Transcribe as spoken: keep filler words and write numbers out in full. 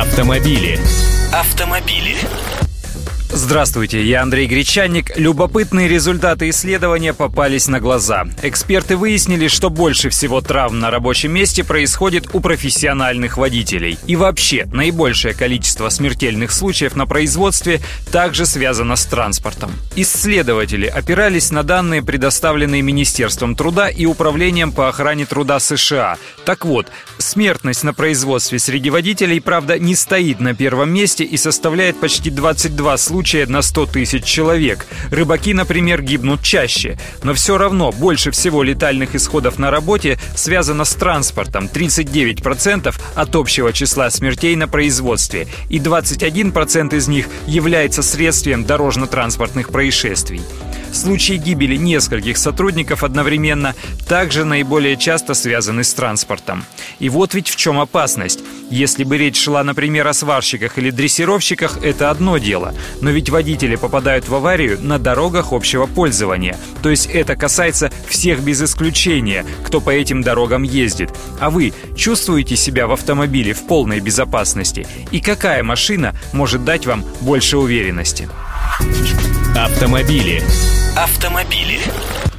Автомобили. Автомобили. Здравствуйте, я Андрей Гречанник. Любопытные результаты исследования попались на глаза. Эксперты выяснили, что больше всего травм на рабочем месте происходит у профессиональных водителей. И вообще, наибольшее количество смертельных случаев на производстве также связано с транспортом. Исследователи опирались на данные, предоставленные Министерством труда и Управлением по охране труда США. Так вот, смертность на производстве среди водителей, правда, не стоит на первом месте и составляет почти двадцать два случая на сто тысяч человек. Рыбаки, например, гибнут чаще. Но все равно больше всего летальных исходов на работе связано с транспортом. тридцать девять процентов от общего числа смертей на производстве. И двадцать один процент из них является следствием дорожно-транспортных происшествий. Случаи гибели нескольких сотрудников одновременно также наиболее часто связаны с транспортом. И вот ведь в чем опасность. Если бы речь шла, например, о сварщиках или дрессировщиках, это одно дело. Но ведь водители попадают в аварию на дорогах общего пользования. То есть это касается всех без исключения, кто по этим дорогам ездит. А вы чувствуете себя в автомобиле в полной безопасности? И какая машина может дать вам больше уверенности? Автомобили. Автомобили.